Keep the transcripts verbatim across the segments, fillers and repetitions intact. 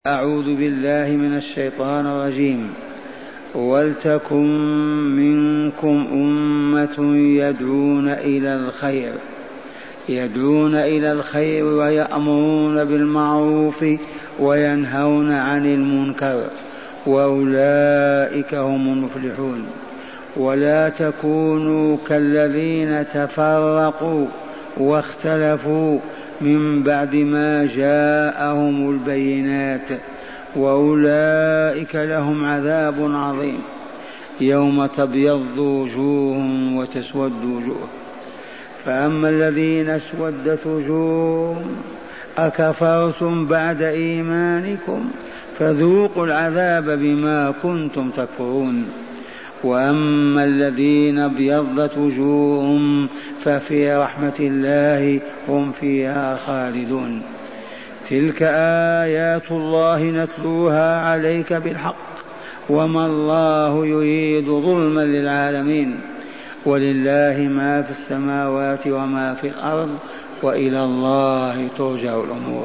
أعوذ بالله من الشيطان الرجيم. ولتكن منكم أمة يدعون إلى الخير يدعون إلى الخير ويأمرون بالمعروف وينهون عن المنكر وأولئك هم المفلحون. ولا تكونوا كالذين تفرقوا واختلفوا من بعد ما جاءهم البينات وأولئك لهم عذاب عظيم. يوم تبيض وجوه وتسود وجوه، فأما الذين اسودت وجوههم أكفرتم بعد إيمانكم فذوقوا العذاب بما كنتم تكفرون. وأما الذين ابيضت وجوههم ففي رحمة الله هم فيها خالدون. تلك آيات الله نتلوها عليك بالحق وما الله يريد ظلما للعالمين. ولله ما في السماوات وما في الأرض وإلى الله ترجع الأمور.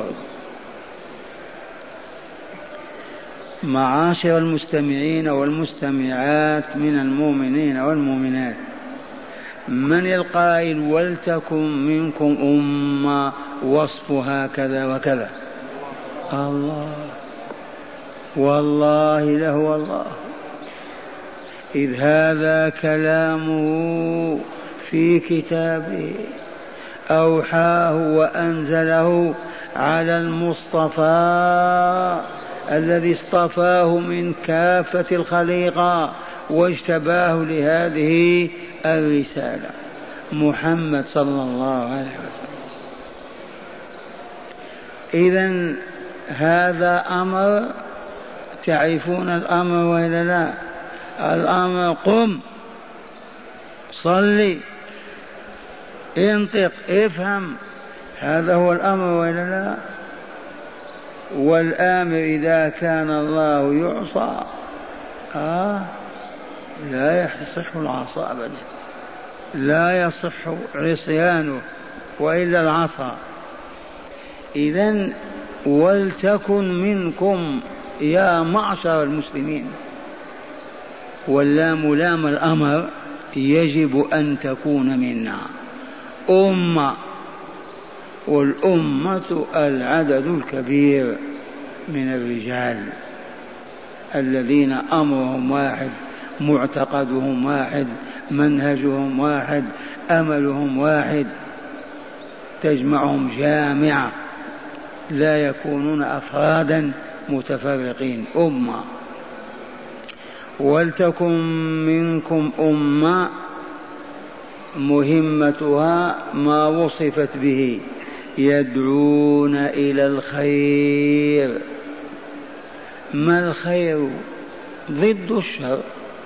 معاشر المستمعين والمستمعات من المؤمنين والمؤمنات، من القائل ولتكن منكم أمة وصفها كذا وكذا؟ الله، والله لهو الله، إذ هذا كلامه في كتابه أوحاه وأنزله على المصطفى الذي اصطفاه من كافة الخليقة واجتباه لهذه الرسالة، محمد صلى الله عليه وسلم. إذن هذا أمر، تعرفون الأمر وإلا لا؟ الأمر قم صلي انطق افهم، هذا هو الأمر وإلا لا؟ والآمر إذا كان الله يعصى آه لا يصح العصى أبدا، لا يصح عصيانه وإلا العصى. إذن ولتكن منكم يا معشر المسلمين، واللام لام الأمر، يجب أن تكون منا أمة، والأمة العدد الكبير من الرجال الذين أمرهم واحد، معتقدهم واحد، منهجهم واحد، أملهم واحد، تجمعهم جامعة، لا يكونون أفرادا متفرقين، أمة. ولتكن منكم أمة مهمتها ما وصفت به، يدعون إلى الخير. ما الخير؟ ضد الشر.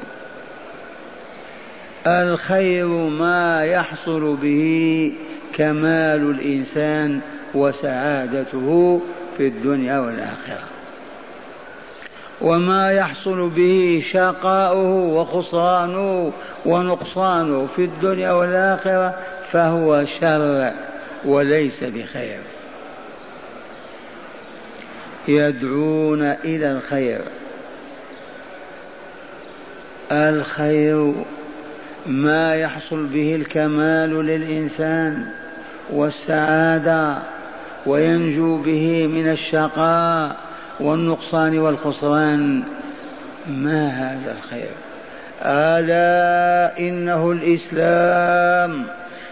الخير ما يحصل به كمال الإنسان وسعادته في الدنيا والآخرة، وما يحصل به شقاؤه وخسرانه ونقصانه في الدنيا والآخرة فهو شر وليس بخير. يدعون إلى الخير. الخير ما يحصل به الكمال للإنسان والسعادة وينجو به من الشقاء والنقصان والخسران. ما هذا الخير؟ ألا إنه الإسلام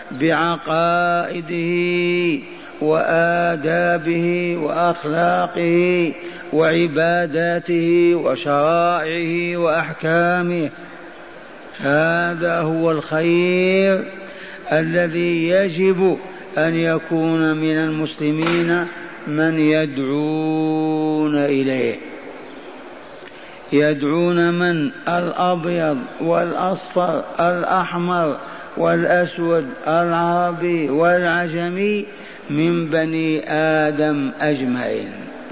بعقائده وآدابه وأخلاقه وعباداته وشرائعه وأحكامه. هذا هو الخير الذي يجب أن يكون من المسلمين من يدعون إليه. يدعون من؟ الأبيض والأصفر، الأحمر والأسود، العربي والعجمي، من بني آدم أجمعين.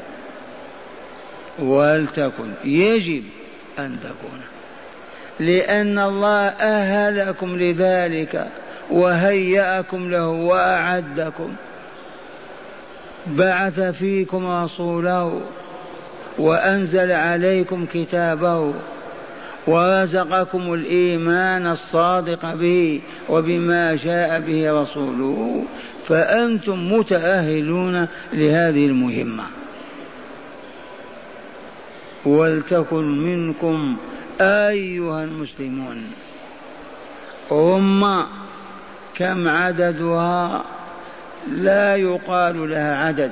ولتكن، يجب أن تكون، لأن الله أهلكم لذلك وهيأكم له وأعدكم، بعث فيكم رسوله وأنزل عليكم كتابه ورزقكم الإيمان الصادق به وبما جاء به رسوله، فأنتم متأهلون لهذه المهمة. ولتكن منكم أيها المسلمون أمة. كم عددها؟ لا يقال لها عدد،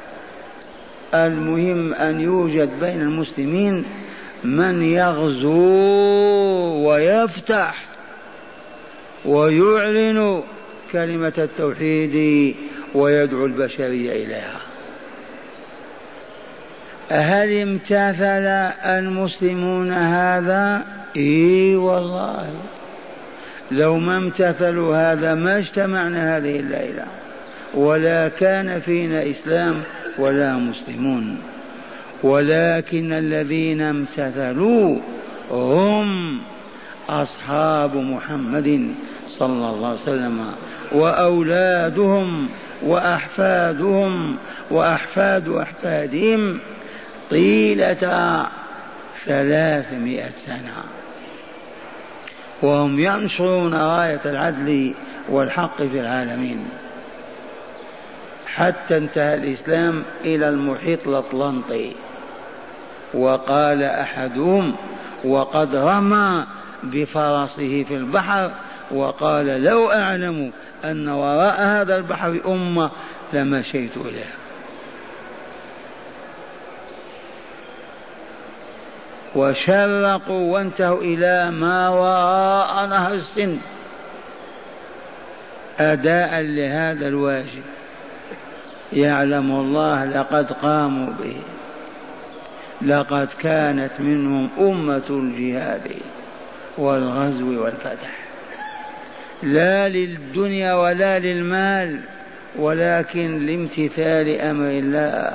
المهم أن يوجد بين المسلمين من يغزو ويفتح ويعلن كلمة التوحيد ويدعو البشرية إليها. هل امتثل المسلمون هذا؟ إي والله، لو ما امتثلوا هذا ما اجتمعنا هذه الليلة، ولا كان فينا إسلام ولا مسلمون. ولكن الذين امتثلوا هم أصحاب محمد صلى الله عليه وسلم وأولادهم وأحفادهم وأحفاد أحفادهم طيلة ثلاثمائة سنة، وهم ينشرون راية العدل والحق في العالمين، حتى انتهى الإسلام إلى المحيط الأطلنطي. وقال أحدهم وقد رمى بفرسه في البحر وقال لو أعلم أن وراء هذا البحر أمة لمشيت إليها. وشرقوا وانتهوا إلى ما وراء نهر السند أداء لهذا الواجب. يعلم الله لقد قاموا به، لقد كانت منهم أمة الجهاد والغزو والفتح، لا للدنيا ولا للمال، ولكن لامتثال أمر الله.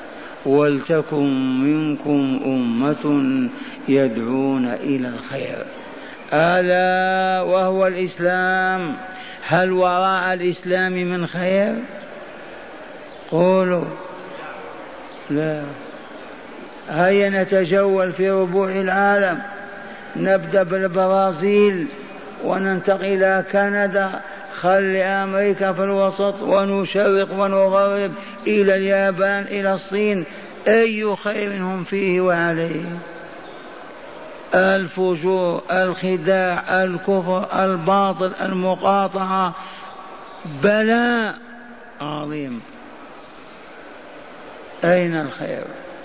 ولتكن منكم أمة يدعون إلى الخير، ألا وهو الإسلام. هل وراء الإسلام من خير؟ قولوا لا. هيا نتجول في ربوع العالم، نبدأ بالبرازيل وننتقل إلى كندا، خلي أمريكا في الوسط، ونشرق ونغرب إلى اليابان إلى الصين. أي خير هم فيه وعليه؟ الفجور، الخداع، الكفر، الباطل، المقاطعة، بلاء عظيم. أين الخير؟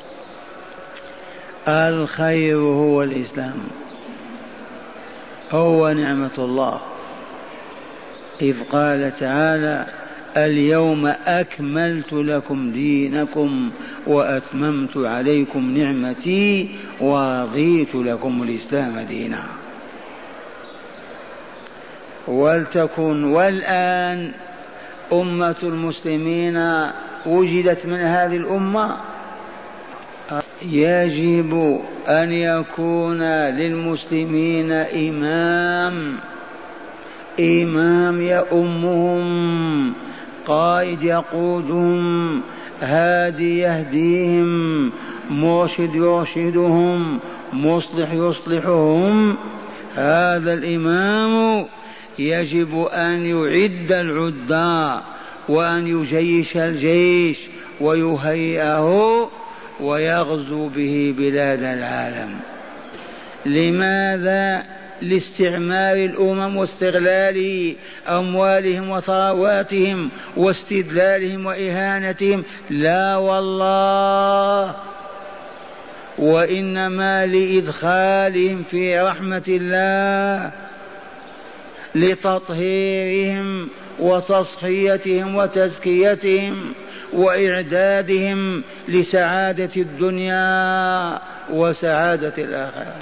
الخير هو الإسلام، هو نعمة الله، إذ قال تعالى اليوم أكملت لكم دينكم وأتممت عليكم نعمتي ورضيت لكم الإسلام دينا. ولتكن والآن أمة المسلمين وجدت من هذه الأمة، يجب أن يكون للمسلمين إمام، إمام يؤمهم، قائد يقودهم، هادي يهديهم، مرشد يرشدهم، مصلح يصلحهم. هذا الإمام يجب أن يعد العدة وأن يجيش الجيش ويهيئه ويغزو به بلاد العالم. لماذا؟ لاستعمار الأمم واستغلال أموالهم وثرواتهم واستدلالهم وإهانتهم؟ لا والله، وإنما لإدخالهم في رحمة الله، لتطهيرهم وتصفيتهم وتزكيتهم وإعدادهم لسعادة الدنيا وسعادة الآخرة.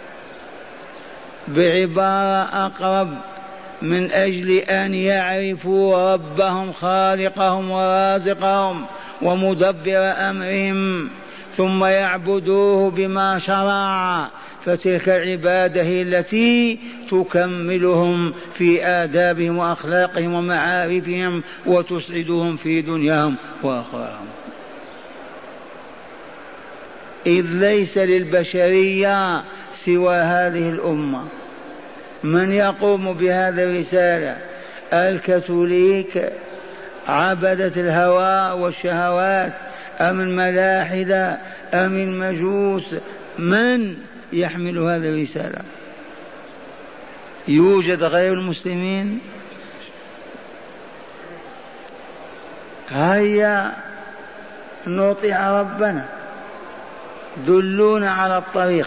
بعبارة أقرب، من أجل أن يعرفوا ربهم خالقهم ورازقهم ومدبر أمرهم، ثم يعبدوه بما شرع، فتلك العبادة هي التي تكملهم في آدابهم وأخلاقهم ومعارفهم وتسعدهم في دنياهم وأخراهم. إذ ليس للبشرية سوى هذه الأمة. من يقوم بهذه الرسالة؟ الكاثوليك عبدة الهوى والشهوات أم الملاحدة أم المجوس؟ من يحمل هذه الرسالة؟ يوجد غير المسلمين؟ هيا نطيع ربنا، دلونا على الطريق.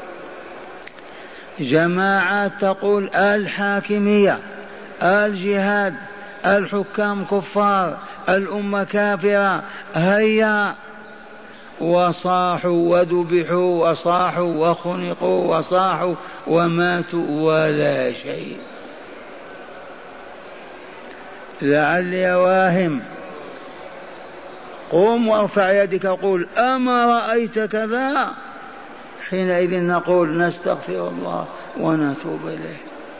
جماعات تقول الحاكمية، الجهاد، الحكام كفار، الأمة كافرة. هيا، وصاحوا وذبحوا وصاحوا وخنقوا وصاحوا وماتوا ولا شيء. لعلي واهم. قم وارفع يدك وقول أما رأيت كذا، حينئذ نقول نستغفر الله ونتوب إليه.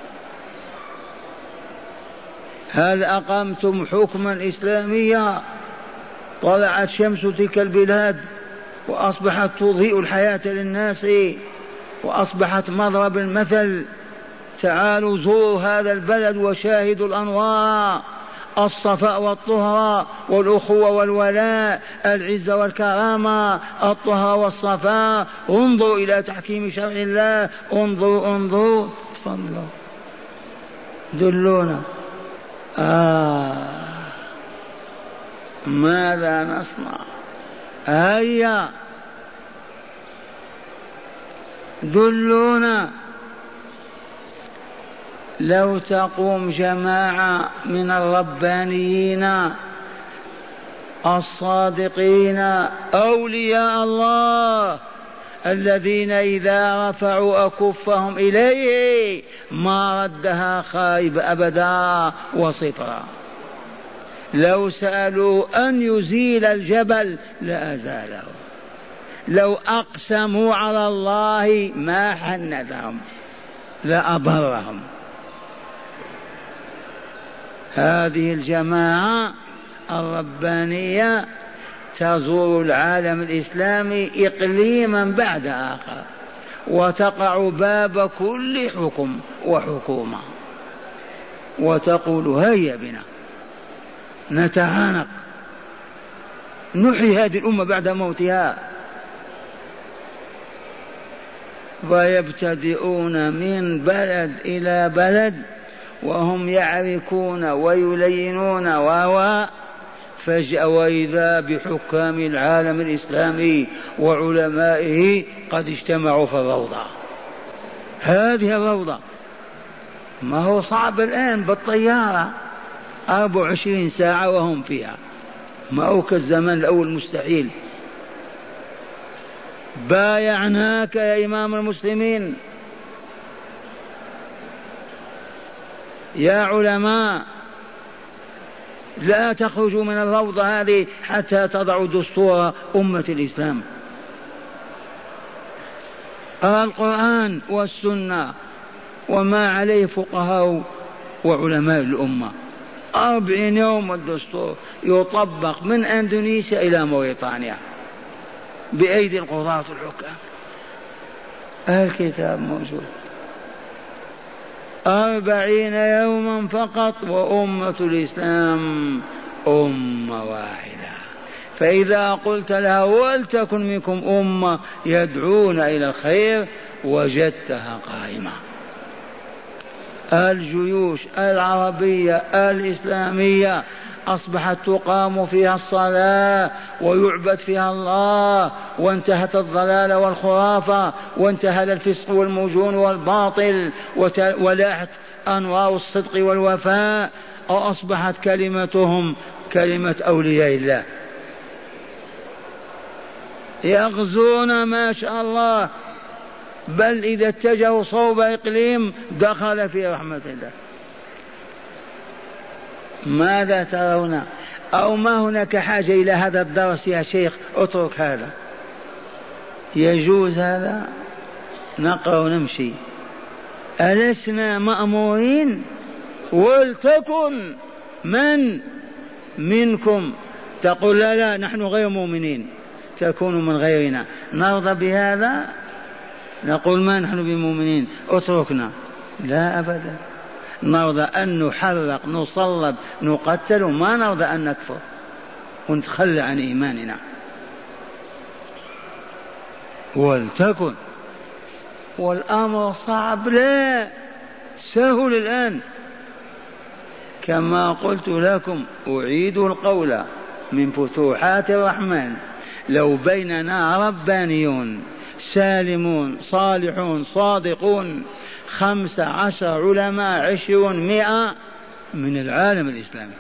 هل أقمتم حكما إسلاميا؟ طلعت شمس تلك البلاد وأصبحت تضيء الحياة للناس وأصبحت مضرب المثل. تعالوا زوروا هذا البلد وشاهدوا الأنوار، الصفاء والطهر والأخوة والولاء، العزة والكرامة، الطهر والصفاء. انظروا إلى تحكيم شرع الله، انظروا انظروا. تفضلوا دلونا. آه ماذا نصنع؟ هيا دلونا. لو تقوم جماعة من الربانيين الصادقين أولياء الله الذين إذا رفعوا أكفهم إليه ما ردها خائب أبدا وصفرا، لو سألوا أن يزيل الجبل لأزاله، لو أقسموا على الله ما حنثهم لأبرهم. هذه الجماعة الربانية تزور العالم الإسلامي إقليما بعد آخر وتقع باب كل حكم وحكومة وتقول هيا بنا نتعانق نحيي هذه الأمة بعد موتها. ويبتدئون من بلد إلى بلد وهم يعرفون ويلينون و فجأة وإذا بحكام العالم الإسلامي وعلمائه قد اجتمعوا في الروضة. هذه الروضة ما هو صعب الآن بالطيارة أربع وعشرين ساعة وهم فيها، ما هو كالزمان الأول مستحيل. بايعناك يا إمام المسلمين، يا علماء لا تخرجوا من الروضة هذه حتى تضعوا دستور أمة الإسلام. القرآن والسنة وما عليه فقهاء وعلماء الأمة. أربعين يوم الدستور يطبق من أندونيسيا إلى موريتانيا بأيدي القضاة الحكام. الكتاب موجود. أربعين يوما فقط وأمة الإسلام أمة واحدة. فإذا قلت لها ولتكن منكم أمة يدعون إلى الخير وجدتها قائمة. الجيوش العربية الإسلامية أصبحت تقام فيها الصلاة ويعبد فيها الله، وانتهت الضلال والخرافة، وانتهى الفسق والمجون والباطل، ولاحت أنوار الصدق والوفاء، وأصبحت كلمتهم كلمة أولياء الله يغزون ما شاء الله، بل إذا اتجهوا صوب إقليم دخل في رحمة الله. ماذا ترون؟ أو ما هناك حاجة إلى هذا الدرس يا شيخ؟ اترك هذا. يجوز هذا؟ نقرأ ونمشي. ألسنا مأمورين ولتكن من منكم؟ تقول لا لا نحن غير مؤمنين. تكون من غيرنا نرضى بهذا؟ نقول ما نحن بمؤمنين اتركنا؟ لا أبدا، نرضى أن نحرق نصلب نقتل، ما نرضى أن نكفر ونتخلى عن إيماننا. ولتكن، والأمر صعب؟ لا، سهل الآن. كما قلت لكم أعيد القول من فتوحات الرحمن، لو بيننا ربانيون سالمون صالحون صادقون خمس عشر علماء عشرون مئة من العالم الإسلامي،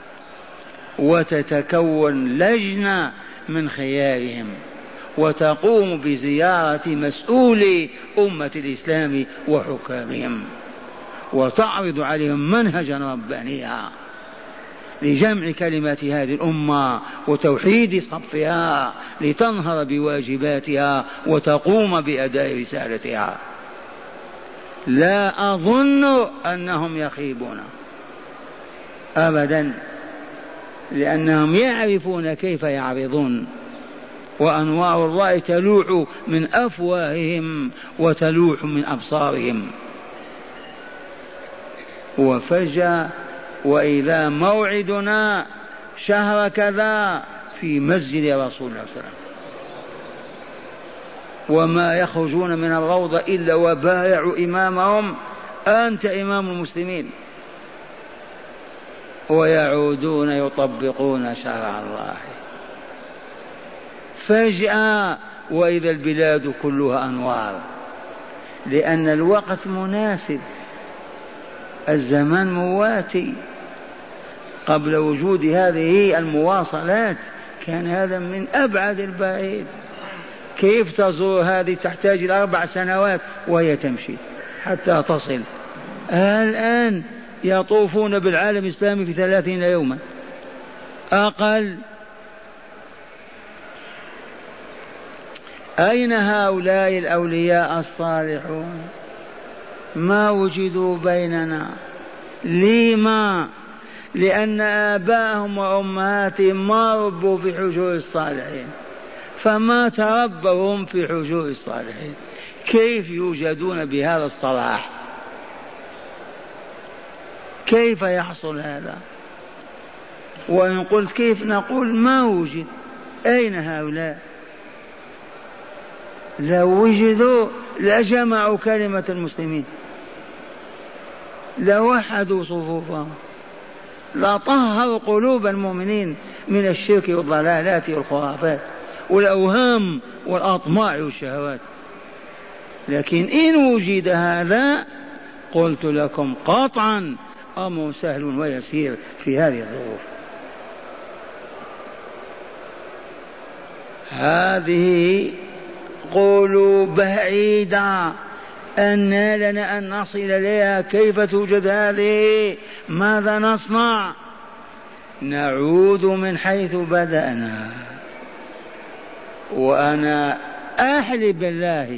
وتتكون لجنة من خيارهم وتقوم بزيارة مسؤولي أمة الإسلام وحكامهم وتعرض عليهم منهجا ربانيا لجمع كلمات هذه الأمة وتوحيد صفها لتنهض بواجباتها وتقوم بأداء رسالتها. لا أظن أنهم يخيبون أبدا، لأنهم يعرفون كيف يعرضون، وأنوار الله تلوح من أفواههم وتلوح من أبصارهم. وفجأة وإذا موعدنا شهر كذا في مسجد رسول الله صلى الله عليه وسلم، وما يخرجون من الروضة إلا وبايعوا إمامهم أنت إمام المسلمين، ويعودون يطبقون شرع الله. فجأة وإذا البلاد كلها أنوار، لأن الوقت مناسب، الزمان مواتي. قبل وجود هذه المواصلات كان هذا من أبعد البعيد. كيف تزور هذه؟ تحتاج إلى أربع سنوات وهي تمشي حتى تصل. الآن يطوفون بالعالم الإسلامي في ثلاثين يوما أقل. أين هؤلاء الأولياء الصالحون؟ ما وجدوا بيننا. لما؟ لأن آباءهم وأمهاتهم ما ربوا في حجور الصالحين، فما تربوا في حجور الصالحين. كيف يوجدون بهذا الصلاح؟ كيف يحصل هذا؟ وإن قلت كيف نقول ما وجد. أين هؤلاء؟ لو وجدوا لجمعوا كلمة المسلمين، لوحدوا صفوفهم، لطهروا قلوب المؤمنين من الشرك والضلالات والخرافات والأوهام والأطماع والشهوات. لكن إن وجد هذا قلت لكم قطعا أمر سهل ويسير في هذه الظروف. هذه قولوا بعيدة أن لنا أن نصل إليها. كيف توجد هذه؟ ماذا نصنع؟ نعود من حيث بدأنا. وأنا أحلف بالله،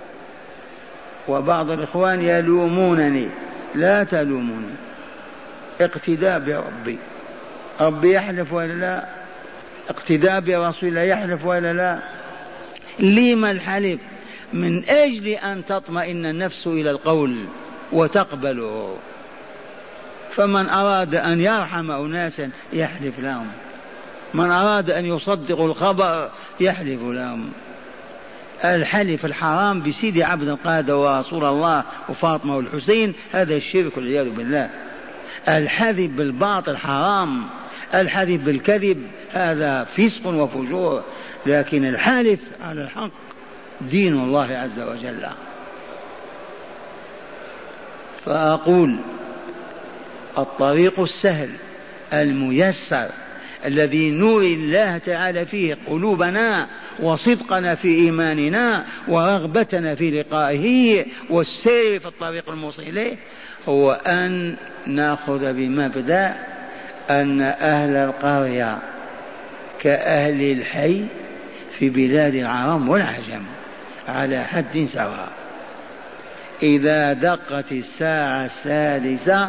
وبعض الإخوان يلومونني، لا تلوموني، اقتداء بربي. ربي يحلف ولا لا؟ اقتداء برسول الله يحلف ولا لا؟ لما الحلف؟ من أجل أن تطمئن النفس إلى القول وتقبله. فمن أراد أن يرحم أناسا يحلف لهم، من أراد أن يصدق الخبر يحلف لهم. الحلف الحرام بسيدي عبد القادر ورسول الله وفاطمة والحسين هذا الشرك والعياذ بالله. الحلف بالباطل حرام، الحلف بالكذب هذا فسق وفجور، لكن الحلف على الحق دين الله عز وجل. فأقول الطريق السهل الميسر الذي نوري الله تعالى فيه قلوبنا وصدقنا في إيماننا ورغبتنا في لقائه والسير في الطريق الموصل إليه هو أن نأخذ بمبدأ أن أهل القرية كأهل الحي في بلاد العرب والعجم على حد سواء. إذا دقت الساعة الثالثة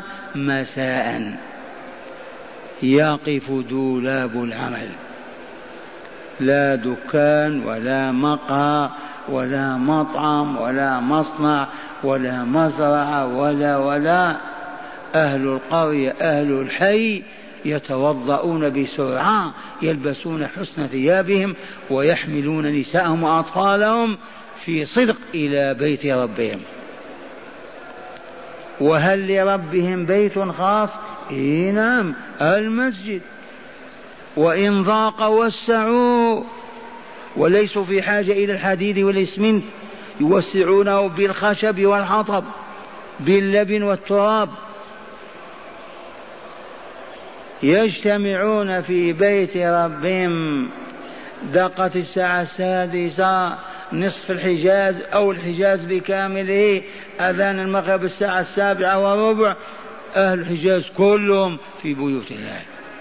مساء يقف دولاب العمل لا دكان ولا مقهى ولا مطعم ولا مصنع ولا مزرعة ولا ولا أهل القرية أهل الحي يتوضؤون بسرعة، يلبسون حسن ثيابهم ويحملون نساءهم وأطفالهم في صدق إلى بيت ربهم. وهل لربهم بيت خاص؟ إيه نعم، المسجد. وإن ضاق وسعوا، وليسوا في حاجة إلى الحديد والإسمنت، يوسعونه بالخشب والحطب باللبن والتراب. يجتمعون في بيت ربهم. دقت الساعة السادسة نصف الحجاز أو الحجاز بكامله، أذان المغرب الساعة السابعة وربع، أهل الحجاز كلهم في بيوت الله.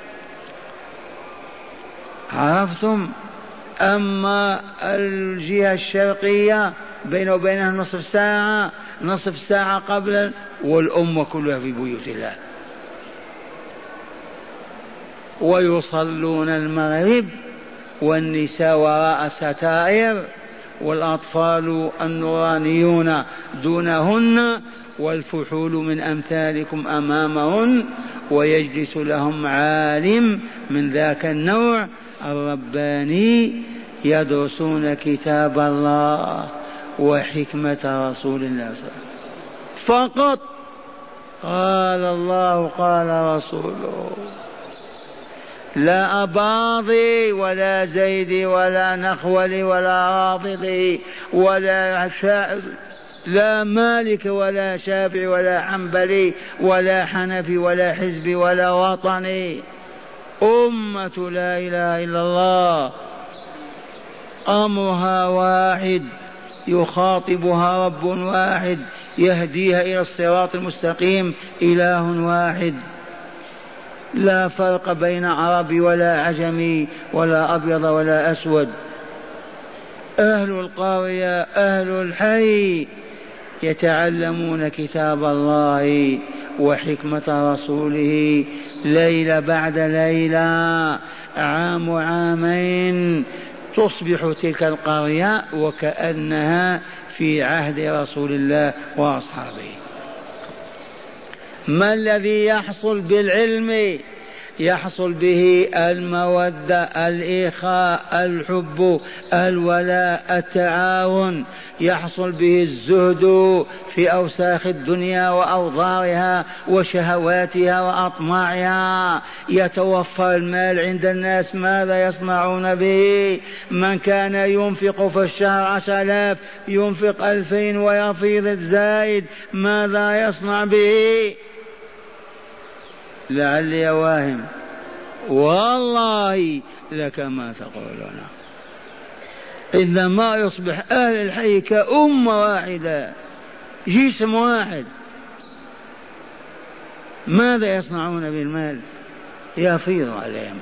عرفتم؟ أما الجهة الشرقية بين وبينها نصف ساعة، نصف ساعة قبل، والأمة كلها في بيوت الله. ويصلون المغرب والنساء وراء ستائر، والأطفال النورانيون دونهن، والفحول من أمثالكم أمامهن، ويجلس لهم عالم من ذاك النوع الرباني يدرسون كتاب الله وحكمة رسول الله صلى الله عليه وسلم فقط. قال الله قال رسوله، لا أباضي ولا زيدي ولا نخولي ولا رابطي ولا شاعر، لا مالك ولا شافعي ولا حنبلي ولا حنفي ولا حزبي ولا وطني. أمة لا إله إلا الله، أمرها واحد، يخاطبها رب واحد، يهديها إلى الصراط المستقيم إله واحد، لا فرق بين عربي ولا عجمي ولا أبيض ولا أسود. أهل القرية أهل الحي يتعلمون كتاب الله وحكمة رسوله ليلة بعد ليلة، عام عامين، تصبح تلك القرية وكأنها في عهد رسول الله وأصحابه. ما الذي يحصل بالعلم؟ يحصل به المودة، الإخاء، الحب، الولاء، التعاون، يحصل به الزهد في أوساخ الدنيا وأوضارها وشهواتها وأطماعها. يتوفر المال عند الناس، ماذا يصنعون به؟ من كان ينفق في الشهر عشر آلاف ينفق ألفين ويفيض الزائد، ماذا يصنع به؟ لعلي واهم، والله لك ما تقولون. إذا ما يصبح أهل الحي كأمة واحدة، جسم واحد، ماذا يصنعون بالمال؟ يفيض عليهم.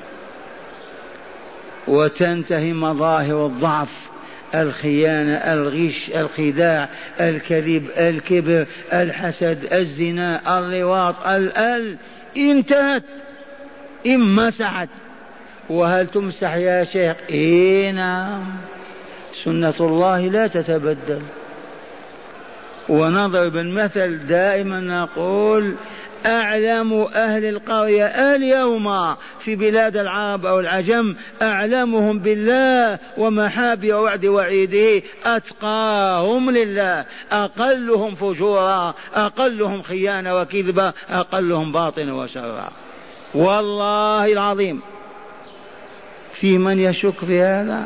وتنتهي مظاهر الضعف، الخيانة، الغش، الخداع، الكذب، الكبر، الحسد، الزنا، اللواط، الأل، انتهت، انمسحت. وهل تمسح يا شيخ؟ إيه نعم، سنة الله لا تتبدل. ونضرب المثل دائما نقول أعلم أهل القرية اليوم في بلاد العرب أو العجم، أعلمهم بالله ومحابي وعد وعيده أتقاهم لله، أقلهم فجورا، أقلهم خيانة وكذبة، أقلهم باطنا وشرا. والله العظيم في من يشك في هذا؟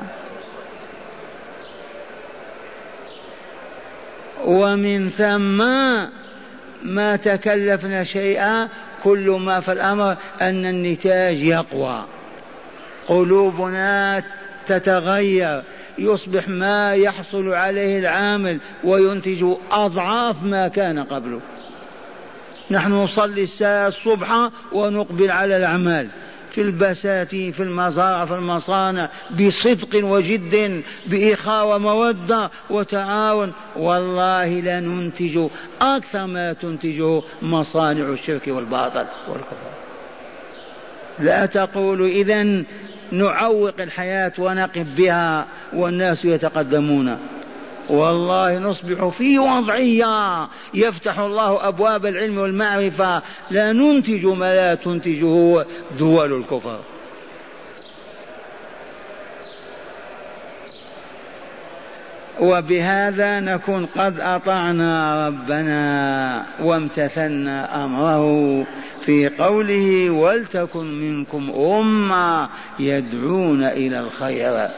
ومن ثم ما تكلفنا شيئا، كل ما في الأمر أن النتاج يقوى، قلوبنا تتغير، يصبح ما يحصل عليه العامل وينتج أضعاف ما كان قبله. نحن نصلي الساعة الصبح ونقبل على الأعمال في البساتين، في المزارع، في المصانع، بصدق وجد، بإخاء ومودة وتعاون، والله لا ننتج أكثر ما تنتجه مصانع الشرك والباطل والكفر. لا تقول إذن نعوق الحياة ونقف بها والناس يتقدمون. والله نصبح في وضعية يفتح الله أبواب العلم والمعرفة لا ننتج ما لا تنتجه دول الكفر. وبهذا نكون قد أطعنا ربنا وامتثلنا أمره في قوله ولتكن منكم أمة يدعون إلى الخير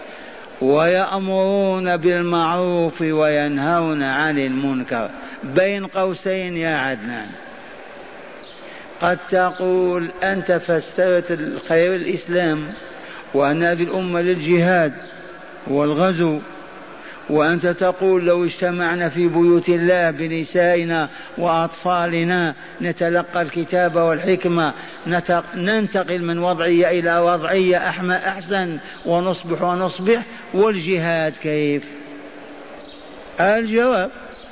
ويأمرون بالمعروف وينهون عن المنكر. بين قوسين يا عدنان، قد تقول أنت فسرت الخير الإسلام وأن هذه الأمة للجهاد والغزو، وأنت تقول لو اجتمعنا في بيوت الله بنسائنا وأطفالنا نتلقى الكتاب والحكمة ننتقل من وضعية إلى وضعية أحسن ونصبح ونصبح. والجهاد كيف؟ الجواب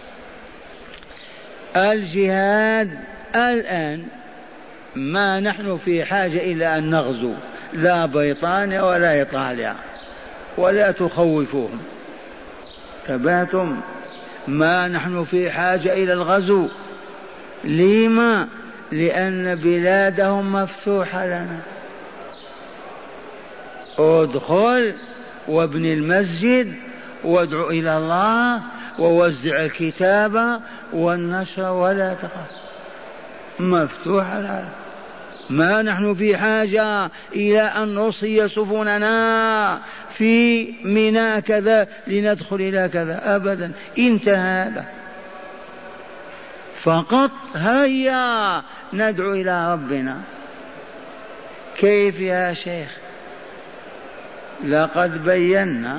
الجهاد الآن ما نحن في حاجة إلى أن نغزو، لا بريطانيا ولا إيطاليا، ولا تخوفوهم. تبعتم؟ ما نحن في حاجة إلى الغزو. لما؟ لأن بلادهم مفتوحة لنا. ادخل وابن المسجد وادعو إلى الله ووزع الكتاب والنشر ولا تخاف، مفتوحة لنا. ما نحن في حاجة إلى أن نصي سفننا في منى كذا لندخل إلى كذا أبدا، انتهى هذا. فقط هيا ندعو إلى ربنا. كيف يا شيخ؟ لقد بينا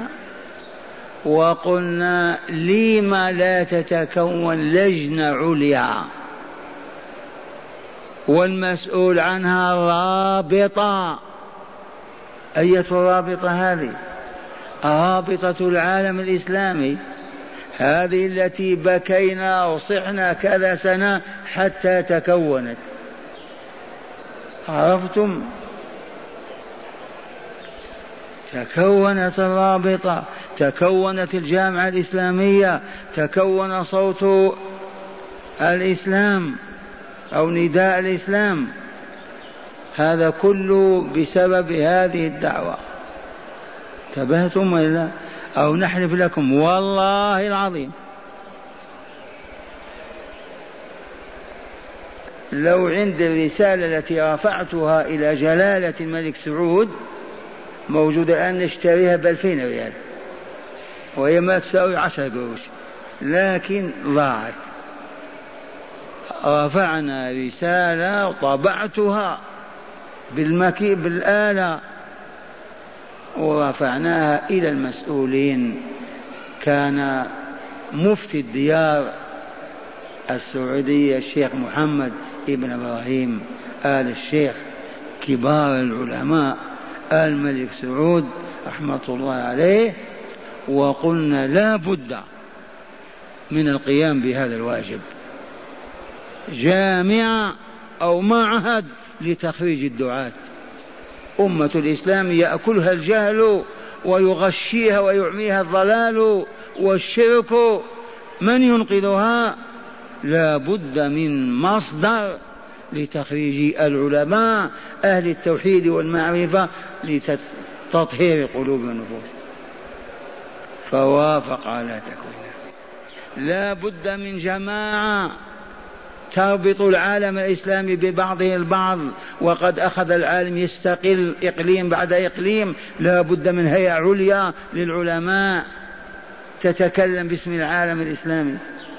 وقلنا لما لا تتكون لجنة عليا والمسؤول عنها رابطة. أية رابطة هذه؟ رابطة العالم الإسلامي، هذه التي بكينا وصحنا كذا سنة حتى تكونت. عرفتم؟ تكونت الرابطة، تكونت الجامعة الإسلامية، تكون صوت الإسلام أو نداء الإسلام. هذا كله بسبب هذه الدعوة. انتبهتم ولا؟ أو نحلف لكم والله العظيم لو عند الرسالة التي رفعتها إلى جلالة الملك سعود موجودة الآن نشتريها بألفين ريال وهي ما تساوي عشر قروش، لكن ضاعت. رفعنا رسالة وطبعتها بالمكي بالآلة ورفعناها إلى المسؤولين. كان مفتي الديار السعودية الشيخ محمد ابن إبراهيم آل الشيخ، كبار العلماء، الملك سعود رحمة الله عليه، وقلنا لا بد من القيام بهذا الواجب. جامعة أو معهد لتخريج الدعاة. أمة الإسلام يأكلها الجهل ويغشيها ويعميها الضلال والشرك، من ينقذها؟ لا بد من مصدر لتخريج العلماء أهل التوحيد والمعرفة لتطهير قلوب النفوس. فوافق على تكوينه. لا بد من جماعة تربط العالم الإسلامي ببعضه البعض، وقد أخذ العالم يستقل إقليم بعد إقليم. لا بد من هيئة عليا للعلماء تتكلم باسم العالم الإسلامي.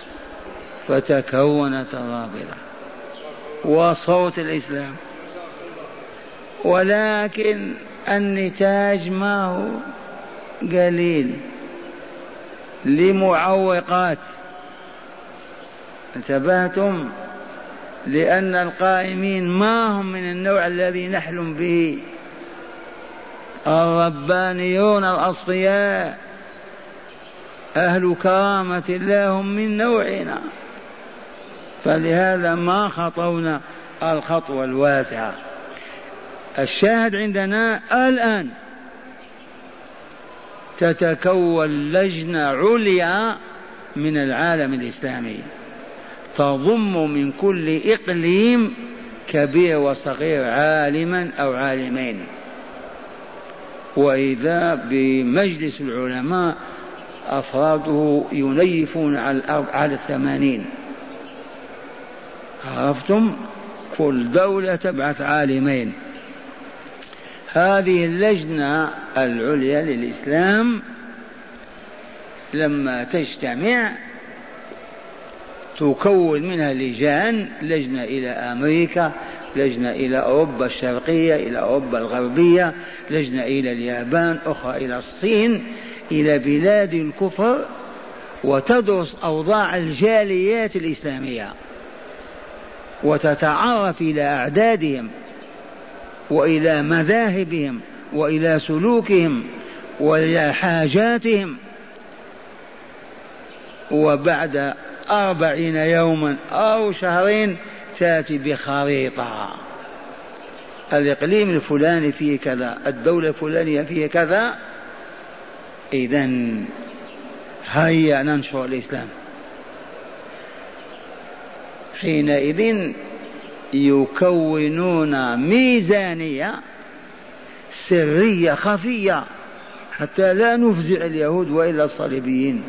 فتكونت الرابطة وصوت الإسلام، ولكن النتاج ما هو قليل لمعوقات. انتبهتم؟ لأن القائمين ما هم من النوع الذي نحلم به، الربانيون الأصفياء أهل كرامة الله هم من نوعنا، فلهذا ما خطونا الخطوة الواسعة. الشاهد عندنا الآن تتكون لجنة عليا من العالم الإسلامي تضم من كل إقليم كبير وصغير عالما أو عالمين، وإذا بمجلس العلماء أفراده ينيفون على الثمانين. عرفتم؟ كل دولة تبعث عالمين. هذه اللجنة العليا للإسلام لما تجتمع تكون منها لجان، لجنة إلى أمريكا، لجنة إلى أوروبا الشرقية، إلى أوروبا الغربية، لجنة إلى اليابان، أخرى إلى الصين، إلى بلاد الكفر، وتدرس أوضاع الجاليات الإسلامية وتتعرف إلى أعدادهم وإلى مذاهبهم وإلى سلوكهم وإلى حاجاتهم. وبعد أربعين يوما أو شهرين تأتي بخريطة، الإقليم الفلاني فيه كذا، الدولة الفلانية فيه كذا، إذن هيا ننشر الإسلام. حينئذ يكونون ميزانية سرية خفية حتى لا نفزع اليهود وإلا الصليبيين،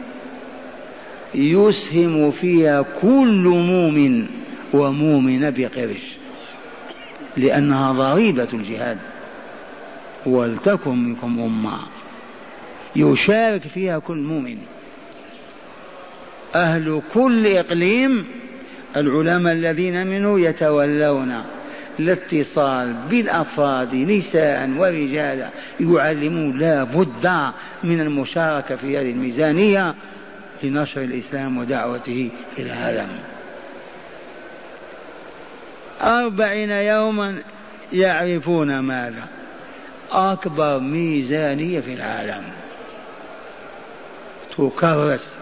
يسهم فيها كل مؤمن ومؤمن بقرش، لأنها ضريبة الجهاد. ولتكن منكم أمة يشارك فيها كل مؤمن. أهل كل إقليم العلماء الذين منه يتولون الاتصال بالأفراد نساء ورجالا، يعلمون لا بد من المشاركة في هذه الميزانية لنشر الإسلام ودعوته إلى العالم. أربعين يوما يعرفون ماذا؟ أكبر ميزانية في العالم تكرس،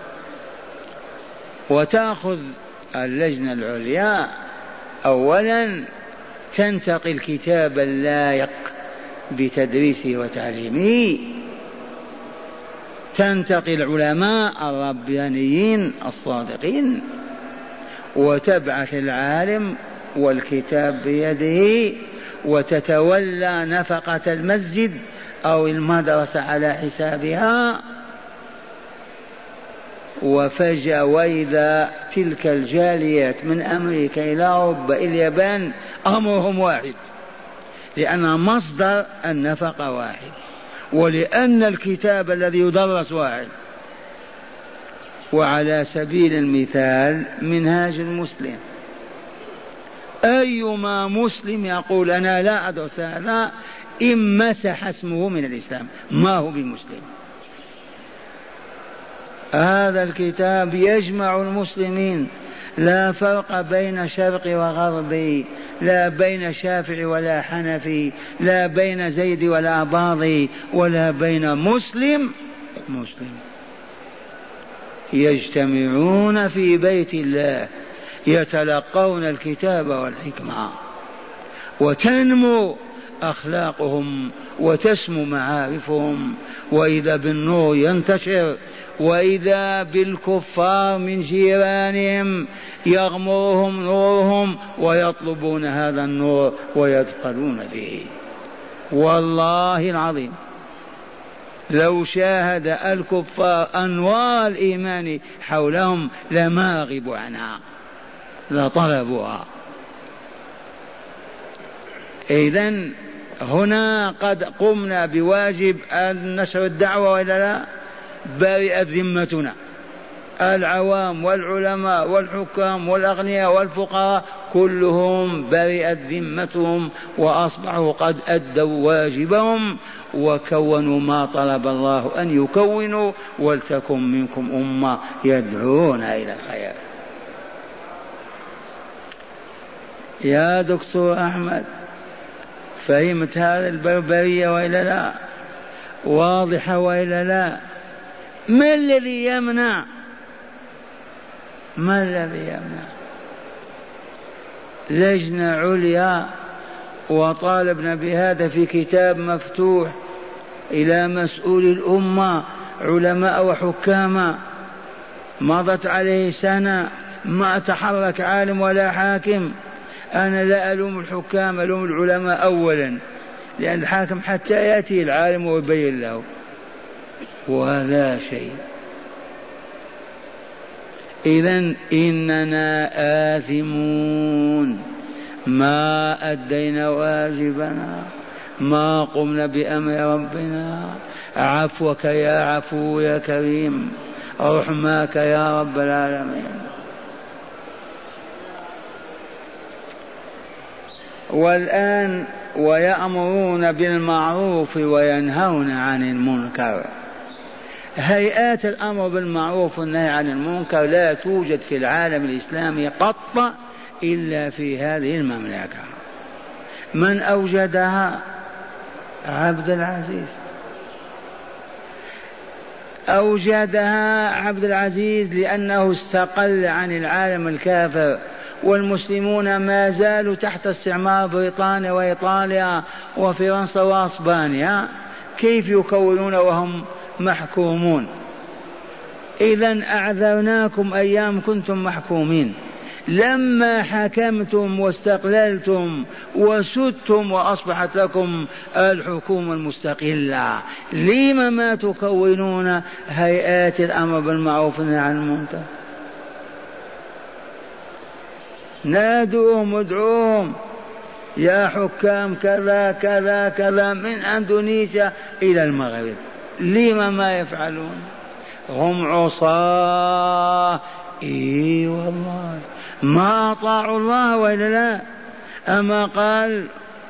وتأخذ اللجنة العليا أولا تنتقي الكتاب اللائق بتدريسه وتعليمه، تنتقي العلماء الربانيين الصادقين، وتبعث العالم والكتاب بيده، وتتولى نفقة المسجد أو المدرسة على حسابها. وفجأة وإذا تلك الجاليات من أمريكا إلى أوروبا إلى اليابان أمرهم واحد، لأن مصدر النفقة واحد، ولأن الكتاب الذي يدرس واحد. وعلى سبيل المثال منهاج المسلم، أيما مسلم يقول أنا لا أدرس هذا امسح اسمه من الإسلام، ما هو بمسلم. هذا الكتاب يجمع المسلمين، لا فرق بين شرق وغرب، لا بين شافعي ولا حنفي، لا بين زيد ولا باضي، ولا بين مسلم مسلم. يجتمعون في بيت الله يتلقون الكتاب والحكمة، وتنمو أخلاقهم وتسمو معارفهم، وإذا بالنور ينتشر، وإذا بالكفار من جيرانهم يغمرهم نورهم ويطلبون هذا النور ويدخلون به. والله العظيم لو شاهد الكفار أنوار الإيمان حولهم لما غبوا عنها، لطلبوها. إذن هنا قد قمنا بواجب أن نشر الدعوة وإلا لا؟ برئت ذمتنا، العوام والعلماء والحكام والأغنياء والفقراء كلهم برئت ذمتهم، وأصبحوا قد أدوا واجبهم وكونوا ما طلب الله أن يكونوا. ولتكن منكم أمة يدعون إلى الخير. يا دكتور أحمد، فهمت هذا البربرية وإلا لا؟ واضحة وإلا لا؟ ما الذي يمنع؟ ما الذي يمنع؟ لجنة عليا وطالبنا بهذا في كتاب مفتوح إلى مسؤول الأمة علماء وحكاما. مضت عليه سنة ما تحرك عالم ولا حاكم. أنا لا ألوم الحكام، ألوم العلماء أولا، لأن الحاكم حتى يأتي العالم ويبين له ولا شيء. إذن إننا آثمون، ما أدينا واجبنا، ما قمنا بأمر ربنا. عفوك يا عفو يا كريم، رحماك يا رب العالمين. والآن ويأمرون بالمعروف وينهون عن المنكر. هيئات الأمر بالمعروف والنهي عن المنكر لا توجد في العالم الإسلامي قط إلا في هذه المملكة. من أوجدها؟ عبد العزيز. أوجدها عبد العزيز لأنه استقل عن العالم الكافر، والمسلمون ما زالوا تحت استعمار بريطانيا وإيطاليا وفرنسا وأسبانيا. كيف يكونون وهم محكومون؟ إذن أعذرناكم أيام كنتم محكومين. لما حكمتم واستقللتم وسدتم وأصبحت لكم الحكومة المستقلة، لما ما تكونون هيئات الأمر بالمعروف والنهي عن المنكر؟ نادوهم ادعوهم يا حكام كذا كذا كذا من أندونيسيا إلى المغرب، لما ما يفعلون؟ هم عصاة. إي والله ما أطاعوا الله وإلا لا؟ أما قال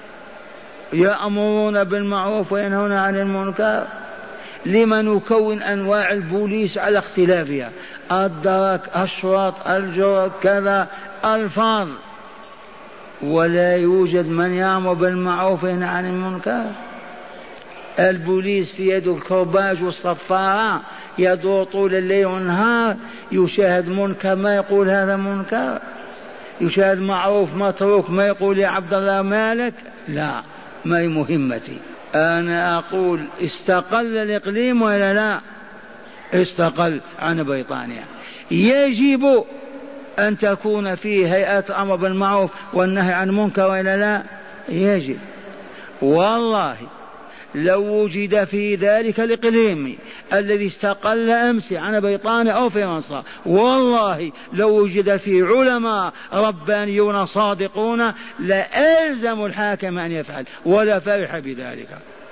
يأمرون بالمعروف وينهون عن المنكر. لما نكون أنواع البوليس على اختلافها؟ الدرك، الشرط، الجرك، كذا ألفاظ، ولا يوجد من يأمر بالمعروف وينهى عن المنكر. البوليس في يده الكرباج والصفارة، يدور طول الليل والنهار، يشاهد منكر ما يقول هذا منكر، يشاهد معروف متروك ما يقول يا عبد الله مالك. لا، ما هي مهمتي. أنا أقول استقل الإقليم ولا لا؟ استقل عن بريطانيا. يجب أن تكون فيه هيئات الأمر بالمعروف والنهي عن المنكر ولا لا؟ يجب. والله لو وجد في ذلك الإقليم الذي استقل أمس عن بريطانيا أو فرنسا، والله لو وجد فيه علماء ربانيون صادقون لألزم الحاكم أن يفعل ولا فرح بذلك،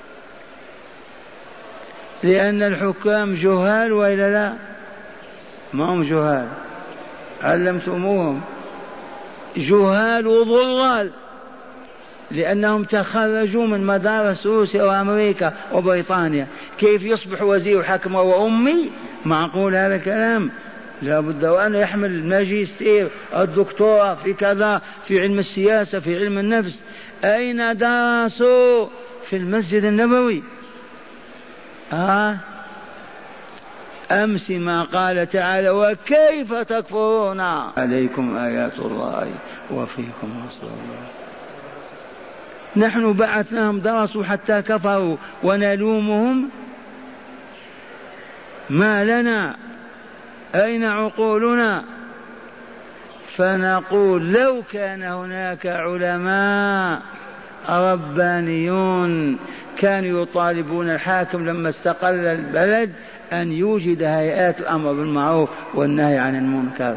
لأن الحكام جهال وإلا لا؟ ما هم جهال، علمتموهم جهال وضلال، لأنهم تخرجوا من مدارس روسيا وأمريكا وبريطانيا. كيف يصبح وزير حكم وأمي؟ معقول هذا الكلام؟ لا بد وأن يحمل الماجستير الدكتوراه في كذا، في علم السياسة، في علم النفس. أين درسوا؟ في المسجد النبوي. آه أمس ما قال تعالى وكيف تكفرون عليكم آيات الله وفيكم رسول الله. نحن بعثناهم درسوا حتى كفروا ونلومهم؟ ما لنا؟ أين عقولنا؟ فنقول لو كان هناك علماء ربانيون كانوا يطالبون الحاكم لما استقل البلد أن يوجد هيئات الأمر بالمعروف والنهي عن المنكر،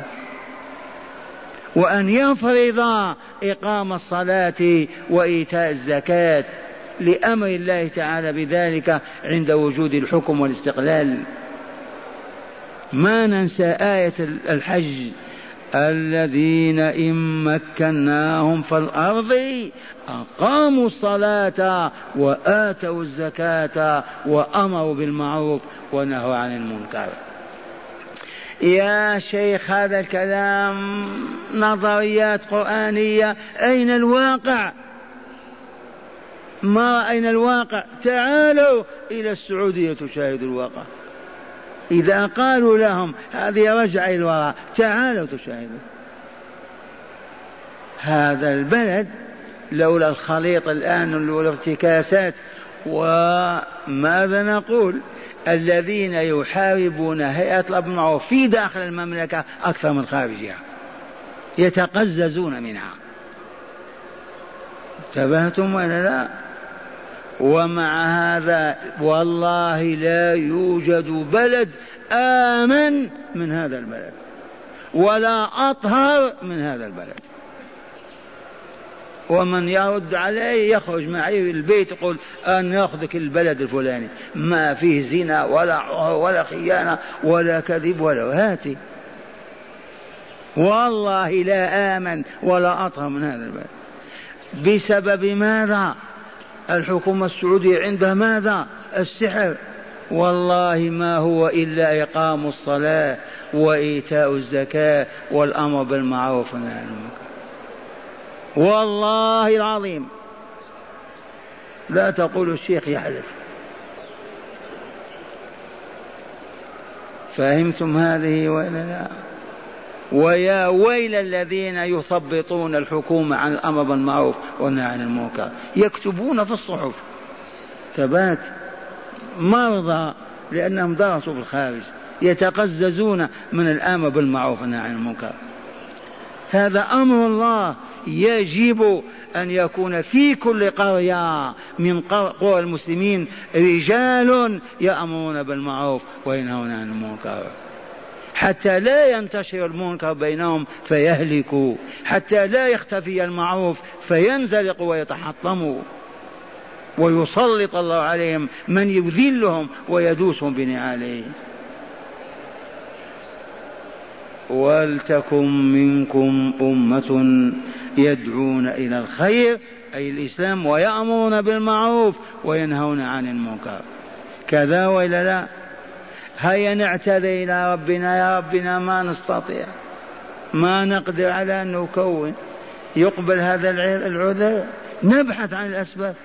وأن يفرض إقام الصلاة وإيتاء الزكاة لأمر الله تعالى بذلك عند وجود الحكم والاستقلال. ما ننسى آية الحج: الذين إن مكناهم في الأرض أقاموا الصلاة وآتوا الزكاة وأمروا بالمعروف ونهوا عن المنكر. يا شيخ هذا الكلام نظريات قرآنية، أين الواقع؟ ما رأينا الواقع. تعالوا إلى السعودية تشاهدوا الواقع. إذا قالوا لهم هذه رجع إلى الوراء، تعالوا تشاهدوا. هذا البلد لولا الخليط الآن والارتكاسات. وماذا نقول؟ الذين يحاربون هيئة الأمر بالمعروف في داخل المملكة أكثر من خارجها، يتقززون منها. انتبهتم ولا لا؟ ومع هذا والله لا يوجد بلد آمن من هذا البلد ولا أطهر من هذا البلد. ومن يرد عليه يخرج معي البيت يقول أن يأخذك البلد الفلاني ما فيه زنا ولا ولا خيانة ولا كذب ولا هاتي. والله لا آمن ولا أطهر من هذا البلد. بسبب ماذا؟ الحكومة السعودية عندها ماذا؟ السحر. والله ما هو إلا إقام الصلاة وإيتاء الزكاة والأمر بالمعروف والنهي عن المنكر. والله العظيم لا تقول الشيخ يحلف. فهمتم هذه ولا لا؟ ويا ويل الذين يثبطون الحكومة عن الأمر بالمعروف والنهي عن المنكر، يكتبون في الصحف ثبات مرضى لأنهم درسوا في الخارج، يتقززون من الأمر بالمعروف والنهي عن المنكر. هذا أمر الله، يجب أن يكون في كل قرية من قرى المسلمين رجال يأمرون بالمعروف وينهون عن المنكر، حتى لا ينتشر المنكر بينهم فيهلكوا، حتى لا يختفي المعروف فينزلقوا ويتحطموا، ويسلط الله عليهم من يذلهم ويدوسهم بنعاله. ولتكن منكم أمة يدعون إلى الخير أي الإسلام ويأمرون بالمعروف وينهون عن المنكر. كذا وإلا لا؟ هيا نعتذر إلى ربنا، يا ربنا ما نستطيع، ما نقدر على أن نكون، يقبل هذا العذر، نبحث عن الأسباب.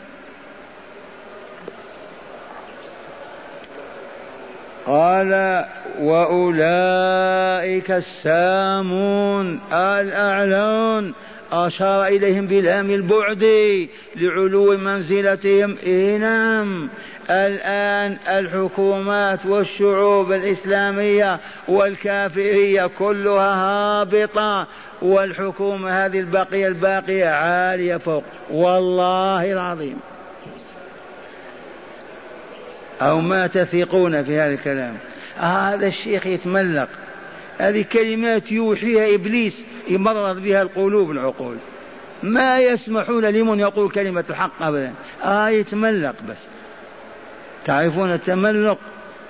قال وأولئك السامون الأعلون، أشار إليهم بلام البعد لعلو منزلتهم. إيه نعم، الآن الحكومات والشعوب الإسلامية والكافرية كلها هابطة، والحكومة هذه البقية الباقية عالية فوق. والله العظيم، أو ما تثقون في هذا الكلام؟ هذا الشيخ يتملق، هذه كلمات يوحيها إبليس يمرض بها القلوب العقول، ما يسمحون لمن يقول كلمة الحق أبدا. آه يتملق بس. تعرفون التملق؟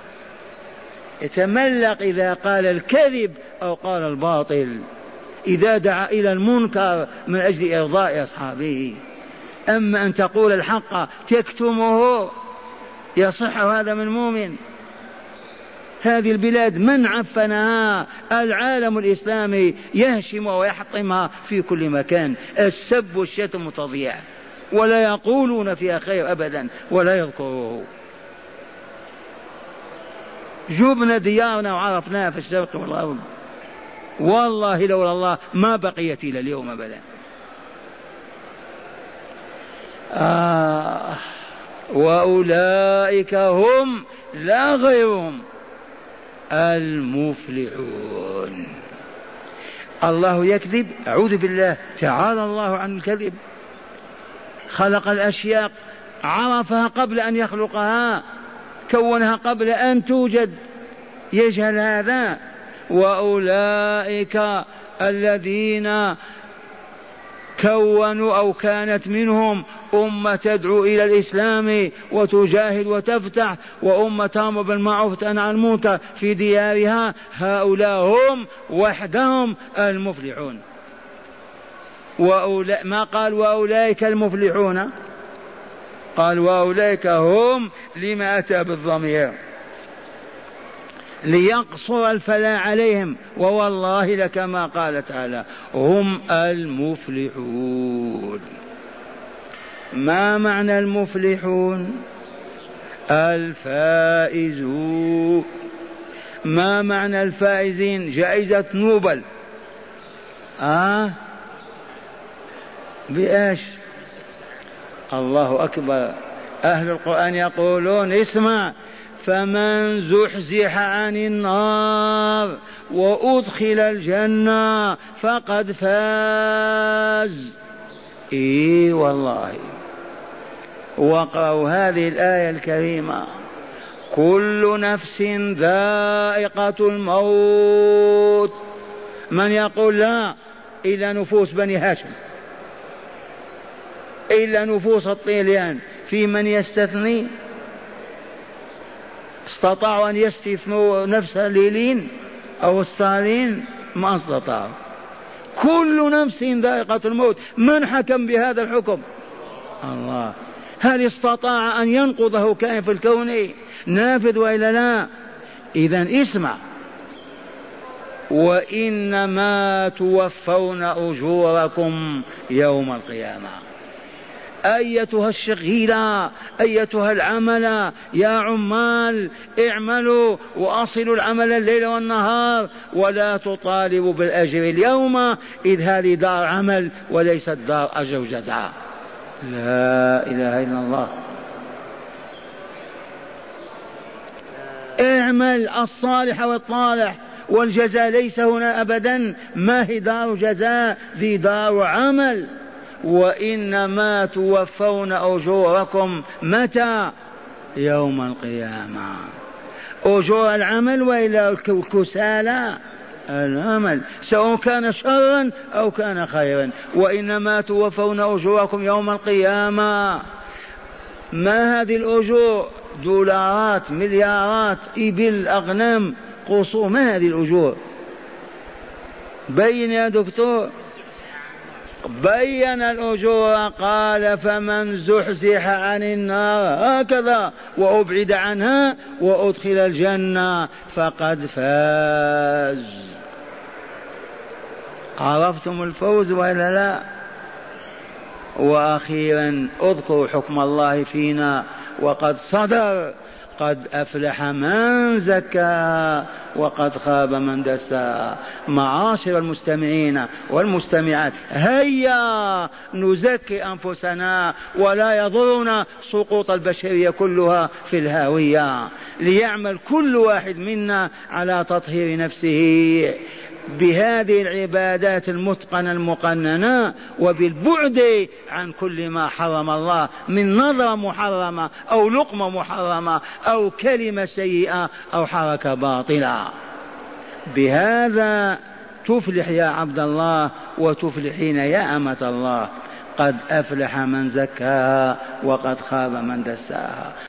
يتملق إذا قال الكذب أو قال الباطل، إذا دعا إلى المنكر من أجل إرضاء أصحابه. أما أن تقول الحق تكتمه يصح هذا من مؤمن؟ هذه البلاد من عفنها؟ العالم الإسلامي يهشمها ويحطمها في كل مكان، السب والشتم تضيع، ولا يقولون فيها خير أبدا ولا يذكروه. جبنا ديارنا وعرفناها في الشرق والغرب، والله لولا الله ما بقيت إلى اليوم أبدا. آه وأولئك هم لا غيرهم المفلحون. الله يكذب؟ أعوذ بالله، تعالى الله عن الكذب. خلق الأشياء، عرفها قبل أن يخلقها، كونها قبل أن توجد، يجهل هذا؟ وأولئك الذين كونوا أو كانت منهم أمة تدعو إلى الإسلام وتجاهد وتفتح، وأمة تأمر بالمعروف وتنهى عن المنكر في ديارها، هؤلاء هم وحدهم المفلحون. وأولا... ما قال وأولئك المفلحون، قال وأولئك هم، لما أتى بالضمير؟ ليقصر الفلاح عليهم. ووالله لكما قال تعالى هم المفلحون. ما معنى المفلحون؟ الفائزون. ما معنى الفائزين؟ جائزة نوبل. آه بإيش؟ الله أكبر. أهل القرآن يقولون اسمع: فمن زحزح عن النار وأدخل الجنة فقد فاز. إي والله. واقرأوا هذه الآية الكريمة: كل نفس ذائقة الموت. من يقول لا إلا نفوس بني هاشم، إلا نفوس الطليان؟ في من يستثني؟ استطاعوا أن يستثنوا نفس الليلين أو الصالين؟ ما استطاعوا. كل نفس ذائقة الموت. من حكم بهذا الحكم؟ الله. هل استطاع أن ينقضه كائن في الكون نافذ وإلا لا؟ إذن اسمع: وإنما توفون أجوركم يوم القيامة. أيتها الشغيلة، أيتها العملة، يا عمال اعملوا وأصلوا العمل الليل والنهار ولا تطالبوا بالأجر اليوم، إذ هذه دار عمل وليست دار أجر وجزاء. لا إله إلا الله. اعمل الصالح والطالح، والجزاء ليس هنا أبدا. ما هي دار جزاء؟ ذي دار عمل. وإنما توفون أجوركم متى؟ يوم القيامة. أجور العمل وإلى الكسالى العمل، سواء كان شرا أو كان خيرا. وإنما توفون أجوركم يوم القيامة. ما هذه الأجور؟ دولارات، مليارات، إبل، أغنام، قصور. ما هذه الأجور؟ بين يا دكتور. بين الأجور. قال: فمن زحزح عن النار هكذا وأبعد عنها وأدخل الجنة فقد فاز. عرفتم الفوز وإلا لا؟ وأخيرا اذكروا حكم الله فينا وقد صدر: قد أفلح من زكاها وقد خاب من دساها. معاشر المستمعين والمستمعات، هيا نزكي أنفسنا ولا يضرنا سقوط البشرية كلها في الهاوية، ليعمل كل واحد منا على تطهير نفسه بهذه العبادات المتقنة المقننة، وبالبعد عن كل ما حرم الله من نظرة محرمة أو لقمة محرمة أو كلمة سيئة أو حركة باطلة. بهذا تفلح يا عبد الله وتفلحين يا أمة الله. قد أفلح من زكاها وقد خاب من دساها.